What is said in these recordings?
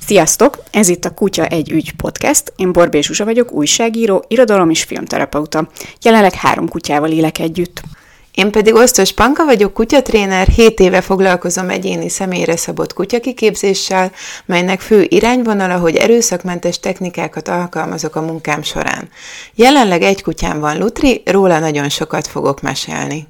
Sziasztok! Ez itt a Kutya egy ügy podcast. Én Borbély Zsuzsa vagyok, újságíró, irodalom- és filmterapeuta. Jelenleg 3 kutyával élek együtt. Én pedig Osztos Panka vagyok, kutyatréner, 7 éve foglalkozom egyéni személyre szabott kutyakiképzéssel, melynek fő irányvonala, hogy erőszakmentes technikákat alkalmazok a munkám során. Jelenleg 1 kutyám van, Lutri, róla nagyon sokat fogok mesélni.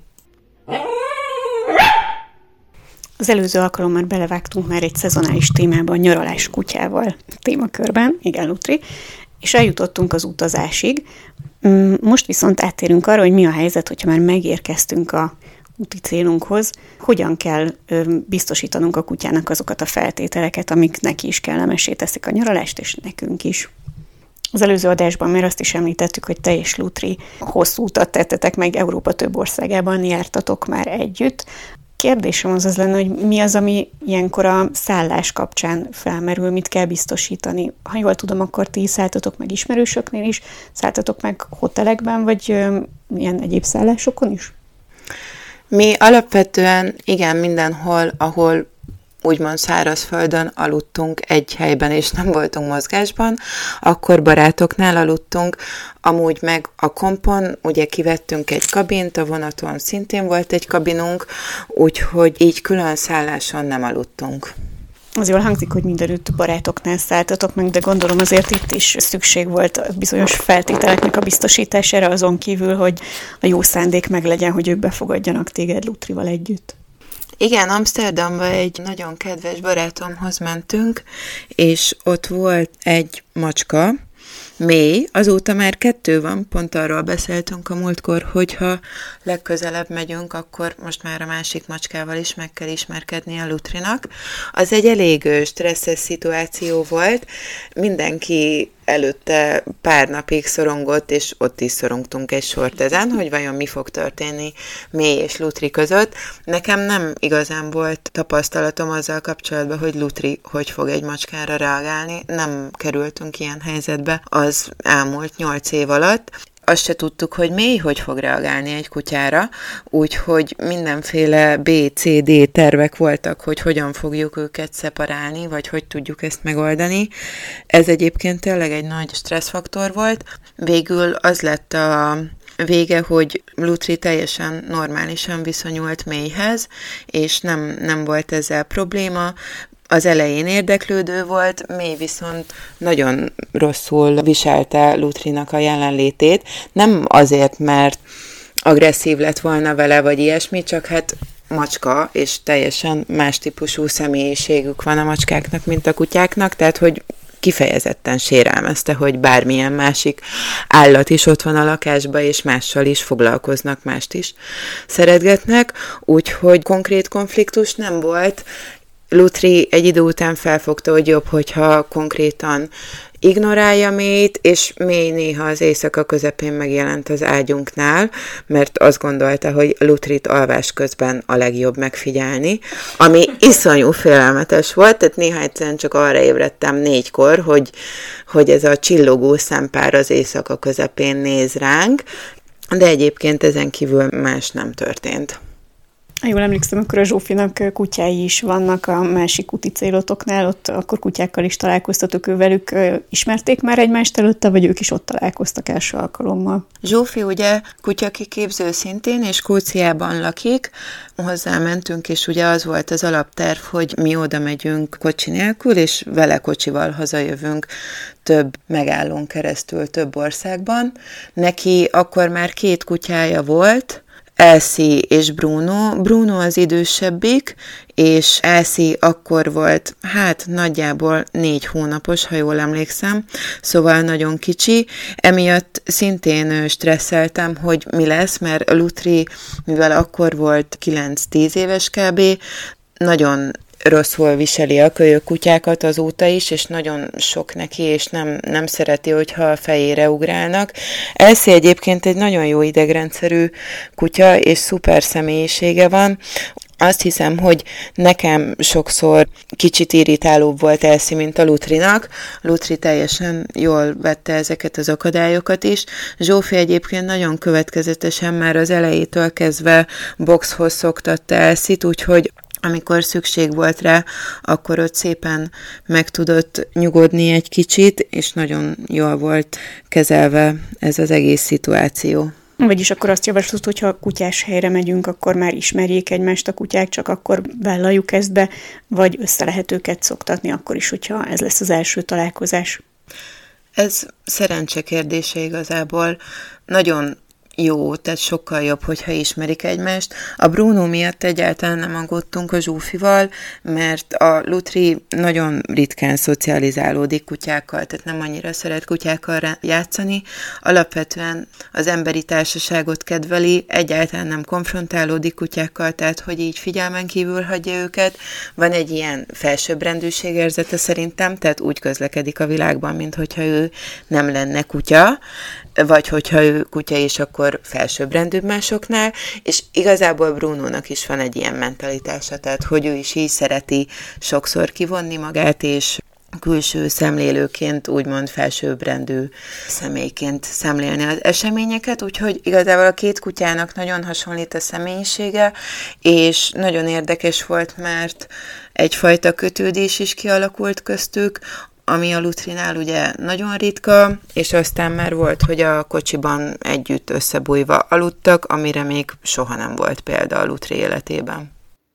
Az előző alkalommal belevágtunk már egy szezonális témába a nyaralás kutyával témakörben, igen, Lutri, és eljutottunk az utazásig. Most viszont áttérünk arra, hogy mi a helyzet, hogyha már megérkeztünk a úti célunkhoz, hogyan kell biztosítanunk a kutyának azokat a feltételeket, amik neki is kellemessé teszik a nyaralást, és nekünk is. Az előző adásban már azt is említettük, hogy te és Lutri hosszú utat tettetek meg, Európa több országában jártatok már együtt. Kérdésem az lenne, hogy mi az, ami ilyenkor a szállás kapcsán felmerül, mit kell biztosítani. Ha jól tudom, akkor ti szálltatok meg ismerősöknél is, szálltatok meg hotelekben, vagy ilyen egyéb szállásokon is? Mi alapvetően igen, mindenhol, ahol úgymond szárazföldön aludtunk egy helyben, és nem voltunk mozgásban, akkor barátoknál aludtunk, amúgy meg a kompon, ugye kivettünk egy kabint, a vonaton szintén volt egy kabinunk, úgyhogy így külön szálláson nem aludtunk. Az jól hangzik, hogy mindenütt barátoknál szálltatok meg, de gondolom azért itt is szükség volt bizonyos feltételeknek a biztosítására, azon kívül, hogy a jó szándék meglegyen, hogy ők befogadjanak téged Lutrival együtt. Igen, Amsterdamba egy nagyon kedves barátomhoz mentünk, és ott volt egy macska, Mély, azóta már 2 van, pont arról beszéltünk a múltkor, hogyha legközelebb megyünk, akkor most már a másik macskával is meg kell ismerkedni a Lutrinak. Az egy elég stresszes szituáció volt, mindenki előtte pár napig szorongott, és ott is szorongtunk egy sort ezen, hogy vajon mi fog történni Mély és Lutri között. Nekem nem igazán volt tapasztalatom azzal kapcsolatban, hogy Lutri hogy fog egy macskára reagálni. Nem kerültünk ilyen helyzetbe az elmúlt 8 év alatt. Azt se tudtuk, hogy Mély hogy fog reagálni egy kutyára, úgyhogy mindenféle B, C, D tervek voltak, hogy hogyan fogjuk őket szeparálni, vagy hogy tudjuk ezt megoldani. Ez egyébként tényleg egy nagy stresszfaktor volt. Végül az lett a vége, hogy Lutri teljesen normálisan viszonyult Mélyhez, és nem volt ezzel probléma. Az elején érdeklődő volt, Mély viszont nagyon rosszul viselte Lutrinak a jelenlétét. Nem azért, mert agresszív lett volna vele, vagy ilyesmi, csak hát macska, és teljesen más típusú személyiségük van a macskáknak, mint a kutyáknak, tehát hogy kifejezetten sérelmezte, hogy bármilyen másik állat is ott van a lakásban, és mással is foglalkoznak, mást is szeretgetnek, úgyhogy konkrét konfliktus nem volt. Lutri egy idő után felfogta, hogy jobb, hogyha konkrétan ignorálja Mélyt, és Mély néha az éjszaka közepén megjelent az ágyunknál, mert azt gondolta, hogy Lutrit alvás közben a legjobb megfigyelni, ami iszonyú félelmetes volt, tehát néha egyszerűen csak arra ébredtem 4-kor, hogy ez a csillogó szempár az éjszaka közepén néz ránk, de egyébként ezen kívül más nem történt. Jól emlékszem, akkor a Zsófinak kutyái is vannak a másik úti célotoknál, ott akkor kutyákkal is találkoztatok, velük ismerték már egymást előtte, vagy ők is ott találkoztak első alkalommal? Zsófi ugye kutyakiképző szintén, és Skóciában lakik, hozzá mentünk, és ugye az volt az alapterv, hogy mi oda megyünk kocsi nélkül, és vele kocsival hazajövünk több megállón keresztül több országban. Neki akkor már 2 kutyája volt, Elsie és Bruno. Bruno az idősebbik, és Elsie akkor volt, nagyjából 4 hónapos, ha jól emlékszem, szóval nagyon kicsi. Emiatt szintén stresszeltem, hogy mi lesz, mert Lutri, mivel akkor volt 9-10 éves kb., nagyon rosszul viseli a kölyök kutyákat azóta is, és nagyon sok neki, és nem szereti, hogyha a fejére ugrálnak. Elsie egyébként egy nagyon jó idegrendszerű kutya, és szuper személyisége van. Azt hiszem, hogy nekem sokszor kicsit irritálóbb volt Elsie, mint a Lutrinak. Lutri teljesen jól vette ezeket az akadályokat is. Zsófi egyébként nagyon következetesen már az elejétől kezdve boxhoz szoktatta Elsie-t, úgyhogy amikor szükség volt rá, akkor ott szépen meg tudott nyugodni egy kicsit, és nagyon jól volt kezelve ez az egész szituáció. Vagyis akkor azt javaslod, hogyha kutyás helyre megyünk, akkor már ismerjék egymást a kutyák, csak akkor vállaljuk ezt be, vagy össze lehet őket szoktatni akkor is, hogyha ez lesz az első találkozás? Ez szerencse kérdése igazából. Nagyon jó, tehát sokkal jobb, hogyha ismerik egymást. A Bruno miatt egyáltalán nem aggódtunk a Zsófival, mert a Lutri nagyon ritkán szocializálódik kutyákkal, tehát nem annyira szeret kutyákkal játszani. Alapvetően az emberi társaságot kedveli, egyáltalán nem konfrontálódik kutyákkal, tehát hogy így figyelmen kívül hagyja őket. Van egy ilyen felsőbbrendűségérzete szerintem, tehát úgy közlekedik a világban, mint hogyha ő nem lenne kutya, vagy hogyha ő kutya, és akkor felsőbbrendűbb másoknál, és igazából Brunónak is van egy ilyen mentalitása, tehát hogy ő is így szereti sokszor kivonni magát, és külső szemlélőként, úgymond felsőbbrendű személyként szemlélni az eseményeket, úgyhogy igazából a két kutyának nagyon hasonlít a személyisége, és nagyon érdekes volt, mert egyfajta kötődés is kialakult köztük, ami a Lutrinál ugye nagyon ritka, és aztán már volt, hogy a kocsiban együtt összebújva aludtak, amire még soha nem volt példa a Lutri életében.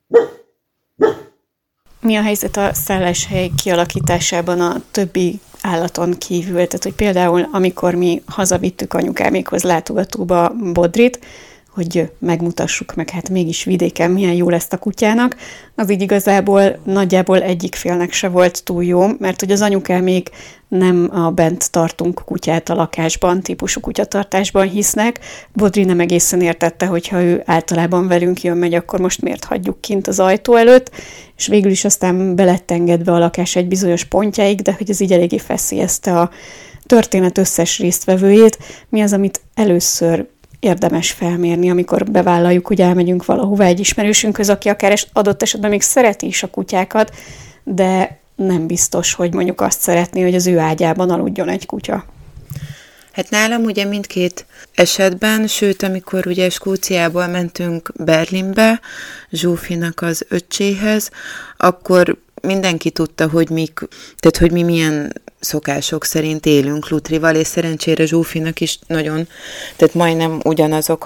Mi a helyzet a szálláshely kialakításában a többi állaton kívül? Tehát, hogy például amikor mi hazavittük anyukámékhoz látogatóba Bodrit, hogy megmutassuk meg, hát mégis vidéken milyen jó lesz a kutyának, az így igazából nagyjából egyik félnek se volt túl jó, mert hogy az anyukámék nem a bent tartunk kutyát a lakásban, típusú kutyatartásban hisznek. Bodri nem egészen értette, hogyha ő általában velünk jön-megy, akkor most miért hagyjuk kint az ajtó előtt, és végül is aztán be lett engedve a lakás egy bizonyos pontjáig, de hogy ez így eléggé feszélyezte a történet összes résztvevőjét. Mi az, amit először érdemes felmérni, amikor bevállaljuk, hogy elmegyünk valahova egy ismerősünkhöz, aki akár adott esetben még szereti is a kutyákat, de nem biztos, hogy mondjuk azt szeretné, hogy az ő ágyában aludjon egy kutya. Hát nálam ugye mindkét esetben, sőt, amikor ugye Skóciából mentünk Berlinbe, Zsófinak az öccséhez, akkor mindenki tudta, hogy tehát hogy mi milyen szokások szerint élünk Lutrival, és szerencsére Zsófinak is nagyon, tehát majdnem ugyanazok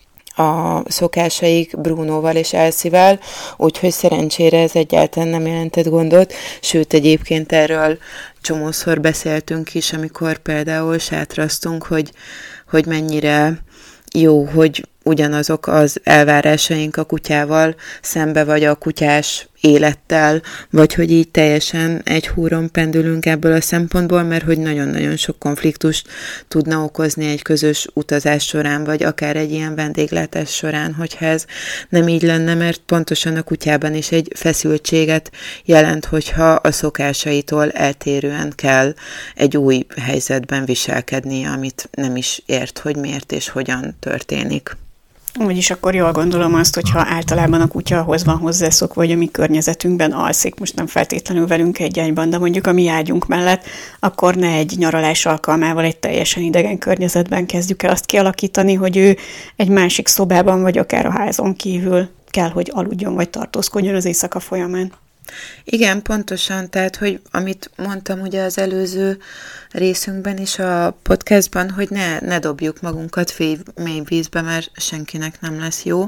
a szokásaik Brunóval és Elszivel, úgyhogy szerencsére ez egyáltalán nem jelentett gondot, sőt egyébként erről csomószor beszéltünk is, amikor például sátraztunk, hogy mennyire jó, hogy ugyanazok az elvárásaink a kutyával szembe, vagy a kutyás élettel, vagy hogy így teljesen egy húron pendülünk ebből a szempontból, mert hogy nagyon-nagyon sok konfliktust tudna okozni egy közös utazás során, vagy akár egy ilyen vendéglátás során, hogyha ez nem így lenne, mert pontosan a kutyában is egy feszültséget jelent, hogyha a szokásaitól eltérően kell egy új helyzetben viselkedni, amit nem is ért, hogy miért és hogyan történik. Vagyis akkor jól gondolom azt, hogyha általában a kutya ahhoz van hozzászokva, vagy a mi környezetünkben alszik, most nem feltétlenül velünk egy ágyban, de mondjuk a mi ágyunk mellett, akkor ne egy nyaralás alkalmával egy teljesen idegen környezetben kezdjük el azt kialakítani, hogy ő egy másik szobában, vagy akár a házon kívül kell, hogy aludjon, vagy tartózkodjon az éjszaka folyamán. Igen, pontosan, tehát, hogy amit mondtam ugye az előző részünkben is a podcastban, hogy ne dobjuk magunkat mély vízbe, mert senkinek nem lesz jó.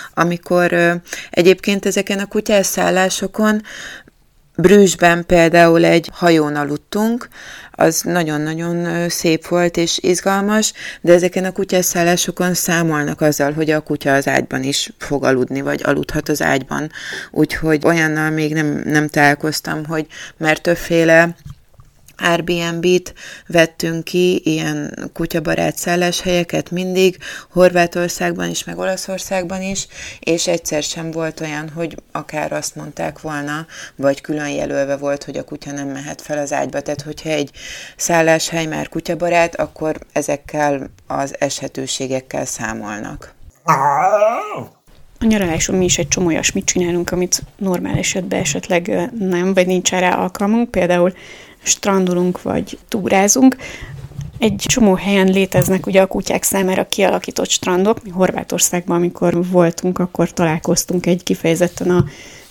Amikor egyébként ezeken a kutyás szállásokon Brüsszben például egy hajón aludtunk, az nagyon-nagyon szép volt és izgalmas, de ezeken a kutyászállásokon számolnak azzal, hogy a kutya az ágyban is fog aludni, vagy aludhat az ágyban. Úgyhogy olyannal még nem találkoztam, hogy mert többféle Airbnb-t vettünk ki, ilyen kutyabarát szálláshelyeket mindig, Horvátországban is, meg Olaszországban is, és egyszer sem volt olyan, hogy akár azt mondták volna, vagy külön jelölve volt, hogy a kutya nem mehet fel az ágyba. Tehát, hogyha egy szálláshely már kutyabarát, akkor ezekkel az eshetőségekkel számolnak. A nyaraláson mi is egy csomó olyasmit csinálunk, amit normál esetben esetleg nem, vagy nincs rá alkalmunk, például strandolunk, vagy túrázunk. Egy csomó helyen léteznek ugye a kutyák számára kialakított strandok. Mi Horvátországban, amikor voltunk, akkor találkoztunk egy kifejezetten a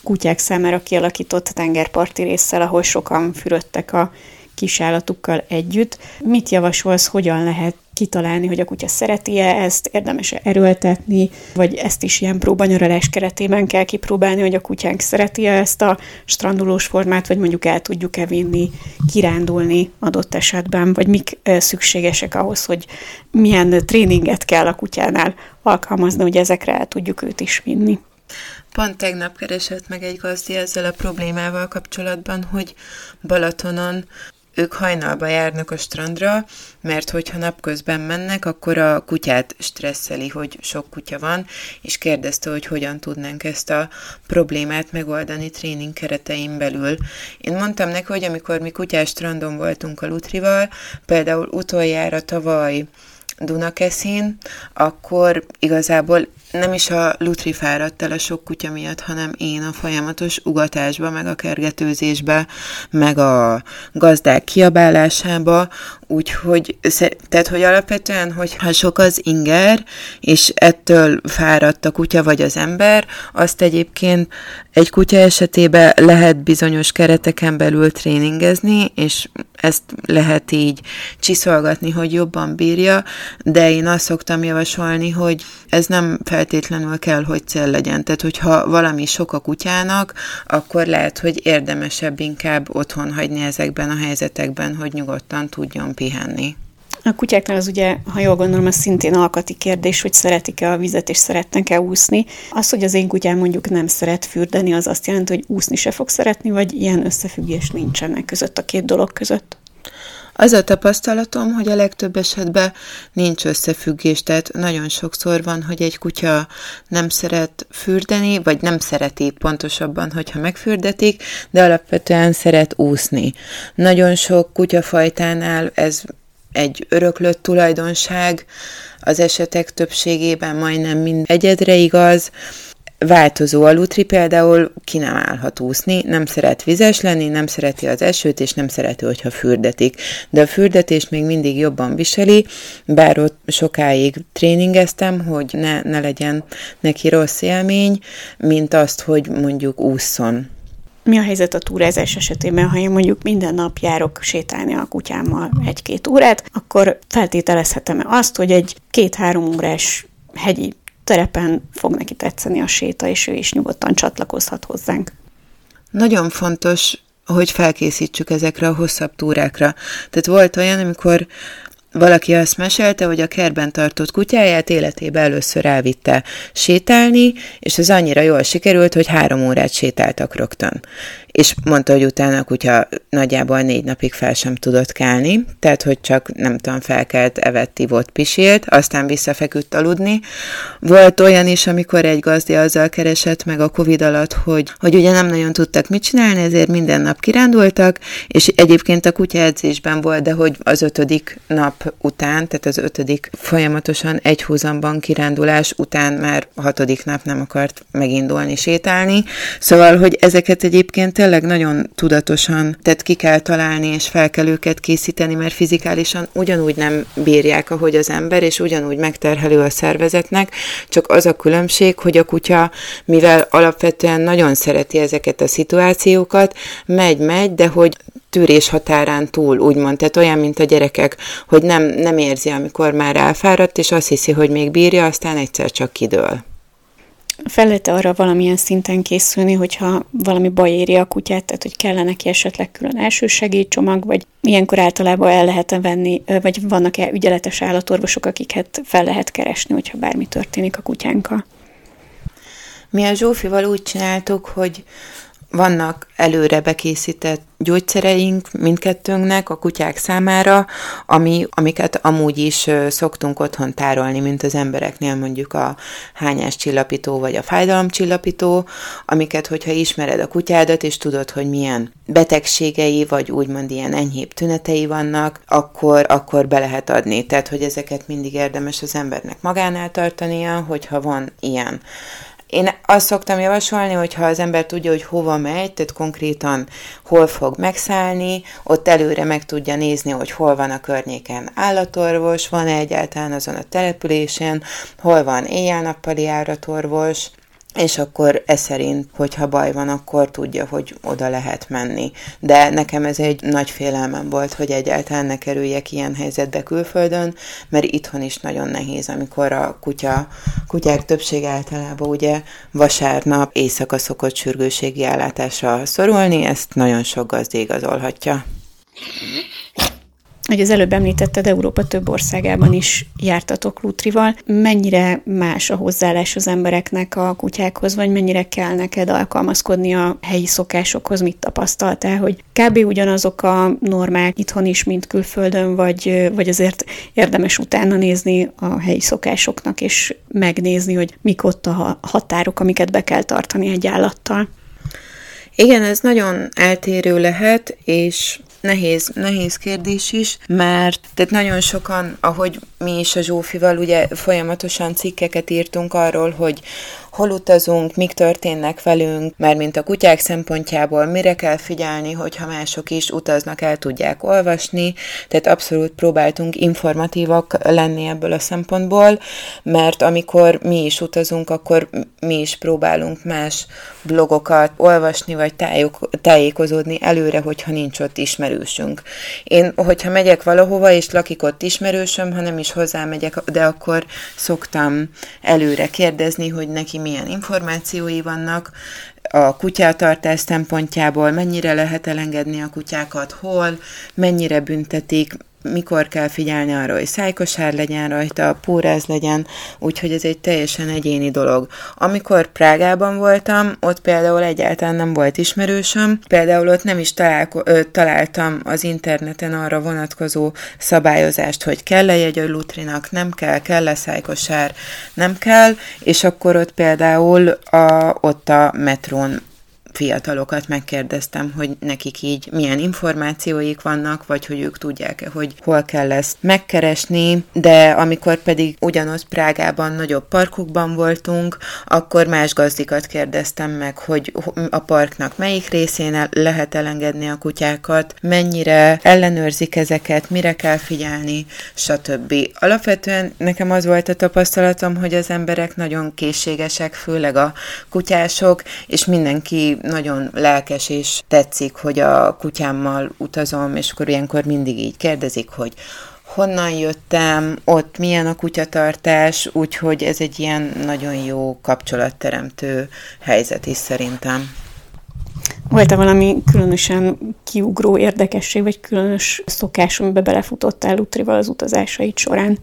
kutyák számára kialakított tengerparti résszel, ahol sokan fürödtek a kisállatukkal együtt. Mit javasolsz, hogyan lehet kitalálni, hogy a kutya szereti-e ezt, érdemes-e erőltetni, vagy ezt is ilyen próbanyaralás keretében kell kipróbálni, hogy a kutyánk szereti-e ezt a strandolós formát, vagy mondjuk el tudjuk-e vinni, kirándulni adott esetben, vagy mik szükségesek ahhoz, hogy milyen tréninget kell a kutyánál alkalmazni, hogy ezekre el tudjuk őt is vinni. Pont tegnap keresett meg egy gazdi ezzel a problémával kapcsolatban, hogy Balatonon ők hajnalba járnak a strandra, mert hogyha napközben mennek, akkor a kutyát stresszeli, hogy sok kutya van, és kérdezte, hogy hogyan tudnánk ezt a problémát megoldani tréning keretein belül. Én mondtam neki, hogy amikor mi kutyás strandon voltunk a Lutrival, például utoljára tavaly Dunakeszin, akkor igazából nem is a Lutri fáradt el a sok kutya miatt, hanem én a folyamatos ugatásba, meg a kergetőzésbe, meg a gazdák kiabálásába, úgyhogy, tehát, hogy alapvetően, hogyha sok az inger, és ettől fáradt a kutya vagy az ember, azt egyébként egy kutya esetében lehet bizonyos kereteken belül tréningezni, és ezt lehet így csiszolgatni, hogy jobban bírja, de én azt szoktam javasolni, hogy ez nem feltétlenül kell, hogy cél legyen. Tehát, hogyha valami sok a kutyának, akkor lehet, hogy érdemesebb inkább otthon hagyni ezekben a helyzetekben, hogy nyugodtan tudjon pihenni. A kutyáknál az ugye, ha jól gondolom, az szintén alkati kérdés, hogy szeretik-e a vizet, és szeretnek-e úszni. Az, hogy az én kutyám mondjuk nem szeret fürdeni, az azt jelenti, hogy úszni se fog szeretni, vagy ilyen összefüggés nincsenek között a két dolog között? Az a tapasztalatom, hogy a legtöbb esetben nincs összefüggés, tehát nagyon sokszor van, hogy egy kutya nem szeret fürdeni, vagy nem szereti pontosabban, hogyha megfürdetik, de alapvetően szeret úszni. Nagyon sok kutyafajtánál ez egy öröklött tulajdonság, az esetek többségében majdnem mind egyedre igaz. Változó a Lutri például ki nem állhat úszni, nem szeret vizes lenni, nem szereti az esőt, és nem szereti, hogyha fürdetik. De a fürdetést még mindig jobban viseli, bár ott sokáig tréningeztem, hogy ne legyen neki rossz élmény, mint azt, hogy mondjuk ússzon. Mi a helyzet a túrázás esetében, ha én mondjuk minden nap járok sétálni a kutyámmal 1-2 órát, akkor feltételezhetem-e azt, hogy egy 2-3 órás hegyi terepen fog neki tetszeni a séta, és ő is nyugodtan csatlakozhat hozzánk. Nagyon fontos, hogy felkészítsük ezekre a hosszabb túrákra. Tehát volt olyan, amikor valaki azt mesélte, hogy a kertben tartott kutyáját életében először elvitte sétálni, és az annyira jól sikerült, hogy 3 órát sétáltak rögtön. És mondta, hogy utána a kutya nagyjából 4 napig fel sem tudott kelni, tehát, hogy csak nem tudom, felkelt, evett, ivott, pisélt, aztán visszafeküdt aludni. Volt olyan is, amikor egy gazdi azzal keresett meg a Covid alatt, hogy ugye nem nagyon tudtak mit csinálni, ezért minden nap kirándultak, és egyébként a kutyaedzésben volt, de hogy az 5. nap után, tehát az 5. folyamatosan egyhuzamban kirándulás után már 6. nap nem akart megindulni, sétálni. Szóval, hogy ezeket egyébként tényleg nagyon tudatosan, tehát ki kell találni, és fel kell őket készíteni, mert fizikálisan ugyanúgy nem bírják, ahogy az ember, és ugyanúgy megterhelő a szervezetnek, csak az a különbség, hogy a kutya, mivel alapvetően nagyon szereti ezeket a szituációkat, megy, de hogy tűrés határán túl, úgymond, tehát olyan, mint a gyerekek, hogy nem érzi, amikor már elfáradt, és azt hiszi, hogy még bírja, aztán egyszer csak kidől. Fel lehet arra valamilyen szinten készülni, hogyha valami baj éri a kutyát, tehát hogy kellene neki esetleg külön elsősegélycsomag, vagy ilyenkor általában el lehet venni, vagy vannak-e ügyeletes állatorvosok, akiket fel lehet keresni, hogyha bármi történik a kutyánkkal. Mi a Zsófival úgy csináltuk, hogy vannak előre bekészített gyógyszereink mindkettőnknek, a kutyák számára, amiket amúgy is szoktunk otthon tárolni, mint az embereknél, mondjuk a hányáscsillapító vagy a fájdalomcsillapító, amiket, hogyha ismered a kutyádat, és tudod, hogy milyen betegségei, vagy úgymond ilyen enyhébb tünetei vannak, akkor be lehet adni. Tehát, hogy ezeket mindig érdemes az embernek magánál tartania, hogyha van ilyen. Én azt szoktam javasolni, hogyha az ember tudja, hogy hova megy, tehát konkrétan hol fog megszállni, ott előre meg tudja nézni, hogy hol van a környéken állatorvos, van-e egyáltalán azon a településen, hol van éjjel-nappali állatorvos, és akkor ez szerint, hogyha baj van, akkor tudja, hogy oda lehet menni. De nekem ez egy nagy félelmem volt, hogy egyáltalán ne kerüljek ilyen helyzetbe külföldön, mert itthon is nagyon nehéz, amikor a kutyák többsége általában ugye vasárnap éjszaka szokott sürgősségi ellátásra szorulni, ezt nagyon sok gazda igazolhatja. Hogy az előbb említetted, Európa több országában is jártatok Lutrival. Mennyire más a hozzáállás az embereknek a kutyákhoz, vagy mennyire kell neked alkalmazkodni a helyi szokásokhoz? Mit tapasztaltál, hogy kb. Ugyanazok a normák itthon is, mint külföldön, vagy azért érdemes utána nézni a helyi szokásoknak, és megnézni, hogy mik ott a határok, amiket be kell tartani egy állattal? Igen, ez nagyon eltérő lehet, és nehéz kérdés is, mert tehát nagyon sokan, ahogy mi is a Zsófival ugye folyamatosan cikkeket írtunk arról, hogy hol utazunk, mik történnek velünk, mármint a kutyák szempontjából mire kell figyelni, hogyha mások is utaznak, el tudják olvasni, tehát abszolút próbáltunk informatívak lenni ebből a szempontból, mert amikor mi is utazunk, akkor mi is próbálunk más blogokat olvasni, vagy tájékozódni előre, hogyha nincs ott ismerősünk. Én, hogyha megyek valahova, és lakik ott ismerősöm, ha nem is hozzámegyek, de akkor szoktam előre kérdezni, hogy neki milyen információi vannak a kutyatartás szempontjából, mennyire lehet elengedni a kutyákat, hol, mennyire büntetik, mikor kell figyelni arra, hogy szájkosár legyen rajta, póráz legyen, úgyhogy ez egy teljesen egyéni dolog. Amikor Prágában voltam, ott például egyáltalán nem volt ismerősöm, például ott nem is találtam az interneten arra vonatkozó szabályozást, hogy kell-e jegy a Lutrinak, nem kell-e szájkosár, nem kell, és akkor ott például ott a metrón fiatalokat megkérdeztem, hogy nekik így milyen információik vannak, vagy hogy ők tudják-e, hogy hol kell ezt megkeresni, de amikor pedig ugyanott Prágában nagyobb parkokban voltunk, akkor más gazdikat kérdeztem meg, hogy a parknak melyik részén lehet elengedni a kutyákat, mennyire ellenőrzik ezeket, mire kell figyelni, stb. Alapvetően nekem az volt a tapasztalatom, hogy az emberek nagyon készségesek, főleg a kutyások, és mindenki nagyon lelkes, és tetszik, hogy a kutyámmal utazom, és akkor ilyenkor mindig így kérdezik, hogy honnan jöttem, ott milyen a kutyatartás, úgyhogy ez egy ilyen nagyon jó kapcsolatteremtő helyzet is szerintem. Volt-e valami különösen kiugró érdekesség, vagy különös szokás, amiben belefutottál Lutrival az utazásaid során?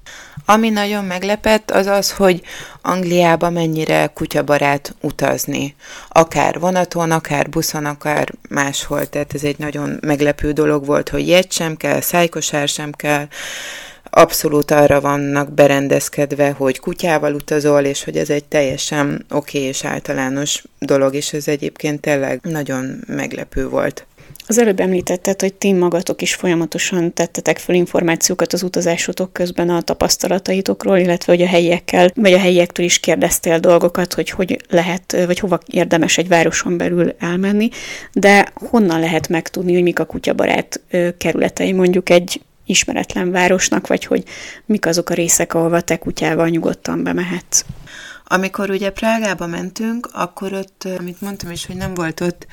Ami nagyon meglepett, az az, hogy Angliába mennyire kutyabarát utazni. Akár vonaton, akár buszon, akár máshol. Tehát ez egy nagyon meglepő dolog volt, hogy jegy sem kell, szájkosár sem kell. Abszolút arra vannak berendezkedve, hogy kutyával utazol, és hogy ez egy teljesen oké és általános dolog, és ez egyébként tényleg nagyon meglepő volt. Az előbb említetted, hogy ti magatok is folyamatosan tettetek föl információkat az utazásotok közben a tapasztalataitokról, illetve hogy a helyiekkel, vagy a helyiektől is kérdeztél dolgokat, hogy lehet, vagy hova érdemes egy városon belül elmenni, de honnan lehet megtudni, hogy mik a kutyabarát kerületei mondjuk egy ismeretlen városnak, vagy hogy mik azok a részek, ahova te kutyával nyugodtan bemehetsz? Amikor ugye Prágába mentünk, akkor ott, amit mondtam is, hogy nem volt ott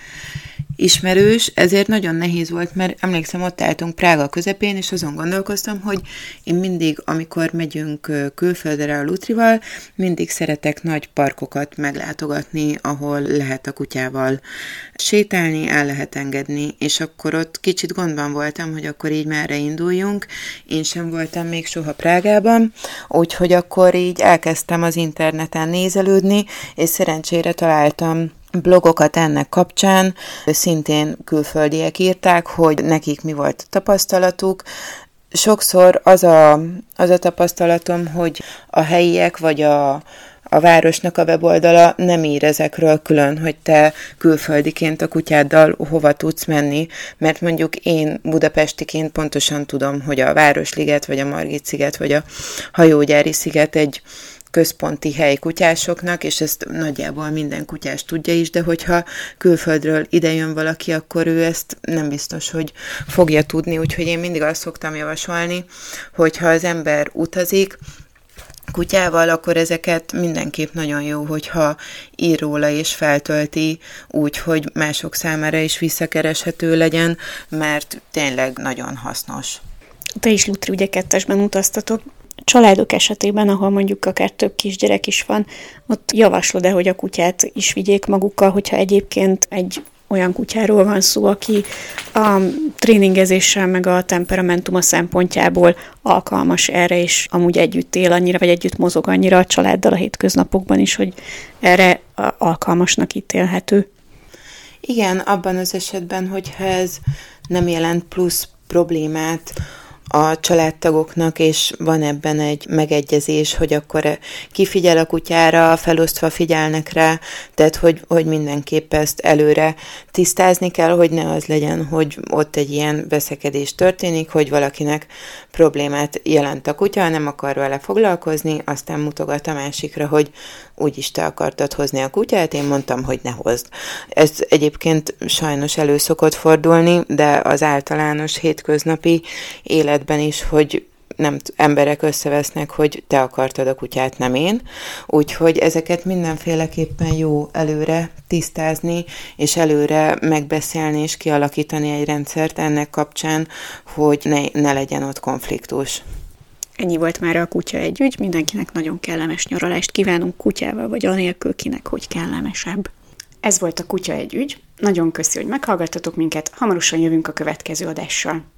ismerős, ezért nagyon nehéz volt, mert emlékszem, ott álltunk Prága közepén, és azon gondolkoztam, hogy én mindig, amikor megyünk külföldre a Lutrival, mindig szeretek nagy parkokat meglátogatni, ahol lehet a kutyával sétálni, el lehet engedni, és akkor ott kicsit gondban voltam, hogy akkor így merre induljunk. Én sem voltam még soha Prágában, úgyhogy akkor így elkezdtem az interneten nézelődni, és szerencsére találtam blogokat ennek kapcsán, szintén külföldiek írták, hogy nekik mi volt a tapasztalatuk. Sokszor az a tapasztalatom, hogy a helyiek vagy a városnak a weboldala nem ír ezekről külön, hogy te külföldiként a kutyáddal hova tudsz menni, mert mondjuk én budapestiként pontosan tudom, hogy a Városliget, vagy a Margit-sziget, vagy a Hajógyári sziget egy központi hely kutyásoknak, és ezt nagyjából minden kutyás tudja is, de hogyha külföldről idejön valaki, akkor ő ezt nem biztos, hogy fogja tudni, úgyhogy én mindig azt szoktam javasolni, hogyha az ember utazik, kutyával, akkor ezeket mindenképp nagyon jó, hogyha ír róla és feltölti úgy, hogy mások számára is visszakereshető legyen, mert tényleg nagyon hasznos. Te is, Lutri, ugye kettesben utaztatok. Családok esetében, ahol mondjuk akár több kisgyerek is van, ott javaslod-e, hogy a kutyát is vigyék magukkal, hogyha egyébként egy olyan kutyáról van szó, aki a tréningezéssel meg a temperamentuma szempontjából alkalmas erre, és amúgy együtt él annyira, vagy együtt mozog annyira a családdal a hétköznapokban is, hogy erre alkalmasnak ítélhető. Igen, abban az esetben, hogyha ez nem jelent plusz problémát a családtagoknak, és van ebben egy megegyezés, hogy akkor ki figyel a kutyára, felosztva figyelnek rá, tehát hogy mindenképp ezt előre tisztázni kell, hogy ne az legyen, hogy ott egy ilyen veszekedés történik, hogy valakinek problémát jelent a kutya, nem akar vele foglalkozni, aztán mutogat a másikra, hogy úgyis te akartad hozni a kutyát, én mondtam, hogy ne hozd. Ez egyébként sajnos elő szokott fordulni, de az általános hétköznapi életben is, hogy nem emberek összevesznek, hogy te akartad a kutyát, nem én. Úgyhogy ezeket mindenféleképpen jó előre tisztázni, és előre megbeszélni és kialakítani egy rendszert ennek kapcsán, hogy ne legyen ott konfliktus. Ennyi volt már a Kutya egy ügy, mindenkinek nagyon kellemes nyaralást kívánunk kutyával, vagy anélkül, kinek hogy kellemesebb. Ez volt a Kutya egy ügy, nagyon köszi, hogy meghallgattatok minket, hamarosan jövünk a következő adással.